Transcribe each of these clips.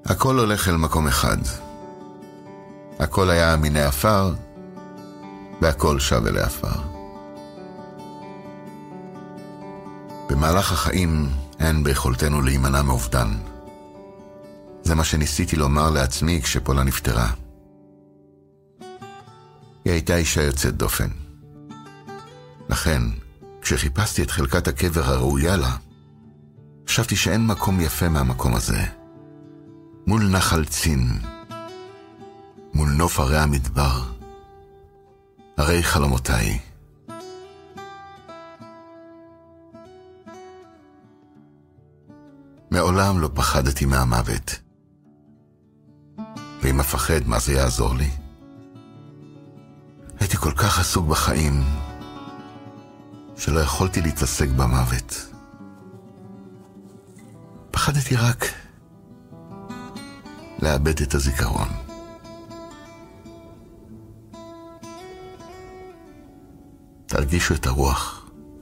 הכל הולך אל מקום אחד. הכל היה מיני אפר, והכל שב אלי אפר. במהלך החיים אין ביכולתנו להימנע מאובדן. זה מה שניסיתי לומר לעצמי כשפולה נפטרה. היא הייתה אישה יוצאת דופן. לכן, כשחיפשתי את חלקת הקבר הראויה לה, חשבתי שאין מקום יפה מהמקום הזה. מול נחל צין, מול נוף הרי המדבר, הרי חלומותיי. מעולם לא פחדתי מהמוות. ואם אפחד, מה זה יעזור לי? הייתי כל כך עסוק בחיים, שלא יכולתי להתעסק במוות. פחדתי רק לאבד את הזיכרון. תרגישו את הרוח.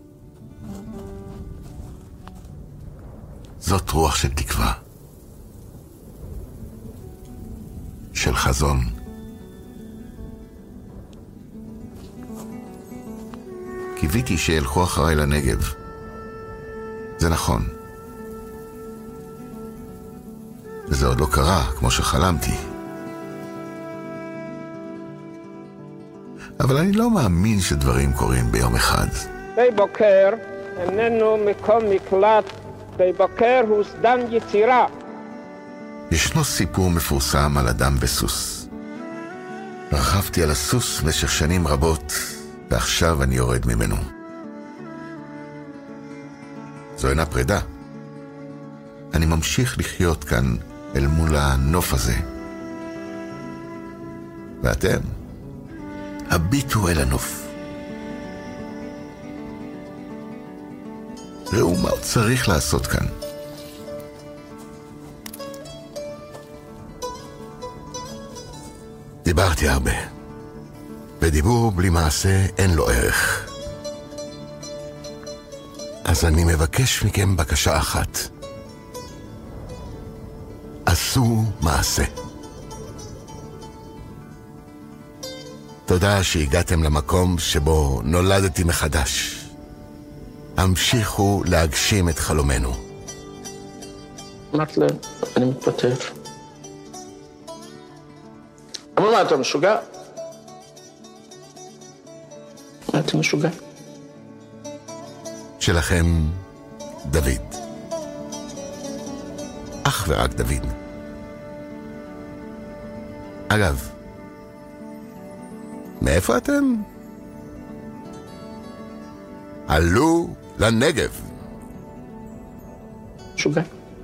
זאת רוח של תקווה, של חזון. קיוויתי שילכו אחריי לנגב. זה נכון. וזה עוד לא קרה כמו שחלמתי. אבל אני לא מאמין שדברים קורים ביום אחד. שדה בוקר איננו מקום מקלט, שדה בוקר הוא סדם יצירה. ישנו סיפור מפורסם על אדם בסוס. רכבתי על הסוס במשך שנים רבות, ועכשיו אני יורד ממנו. זו אינה פרידה. אני ממשיך לחיות כאן אל מול הנוף הזה. ואתם, הביטו אל הנוף. ראו מה עוד צריך לעשות כאן. דיברתי הרבה. ודיבור בלי מעשה אין לו ערך. אז אני מבקש מכם בקשה אחת. עשו מעשה. תודה שהגעתם למקום שבו נולדתי מחדש. המשיכו להגשים את חלומנו. אמרת לה, אני מתפטר. אמרו מה, אתה משוגע? אתה משוגע? שלכם, דוד. אך ורק דוד. אגב, מאיפה אתם? עלו לנגב. משוגע.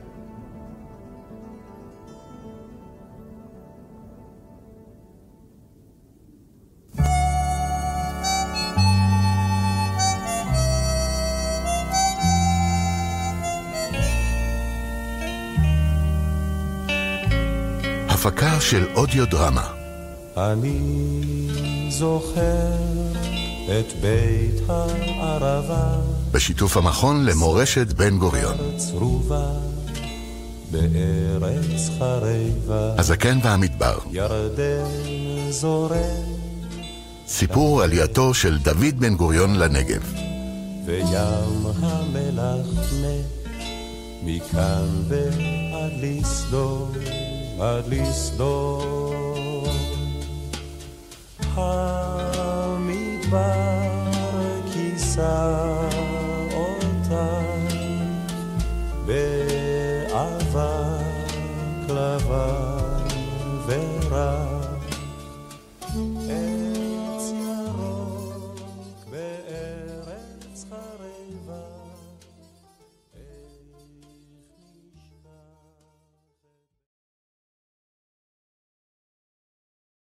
הפקה של אודיודרמה. אני זוכר את בית הערבה בשיתוף המכון למורשת בן גוריון. צרובה בארץ חריבה הזקן והמדבר. ירדן זורם סיפור עלייתו של דוד בן גוריון לנגב. וים המלח מת מכאן ועד לסדום, עד לסדום. המדבר כיסה אותך באבק לבן ורק, עץ ירוק בארץ חריבה.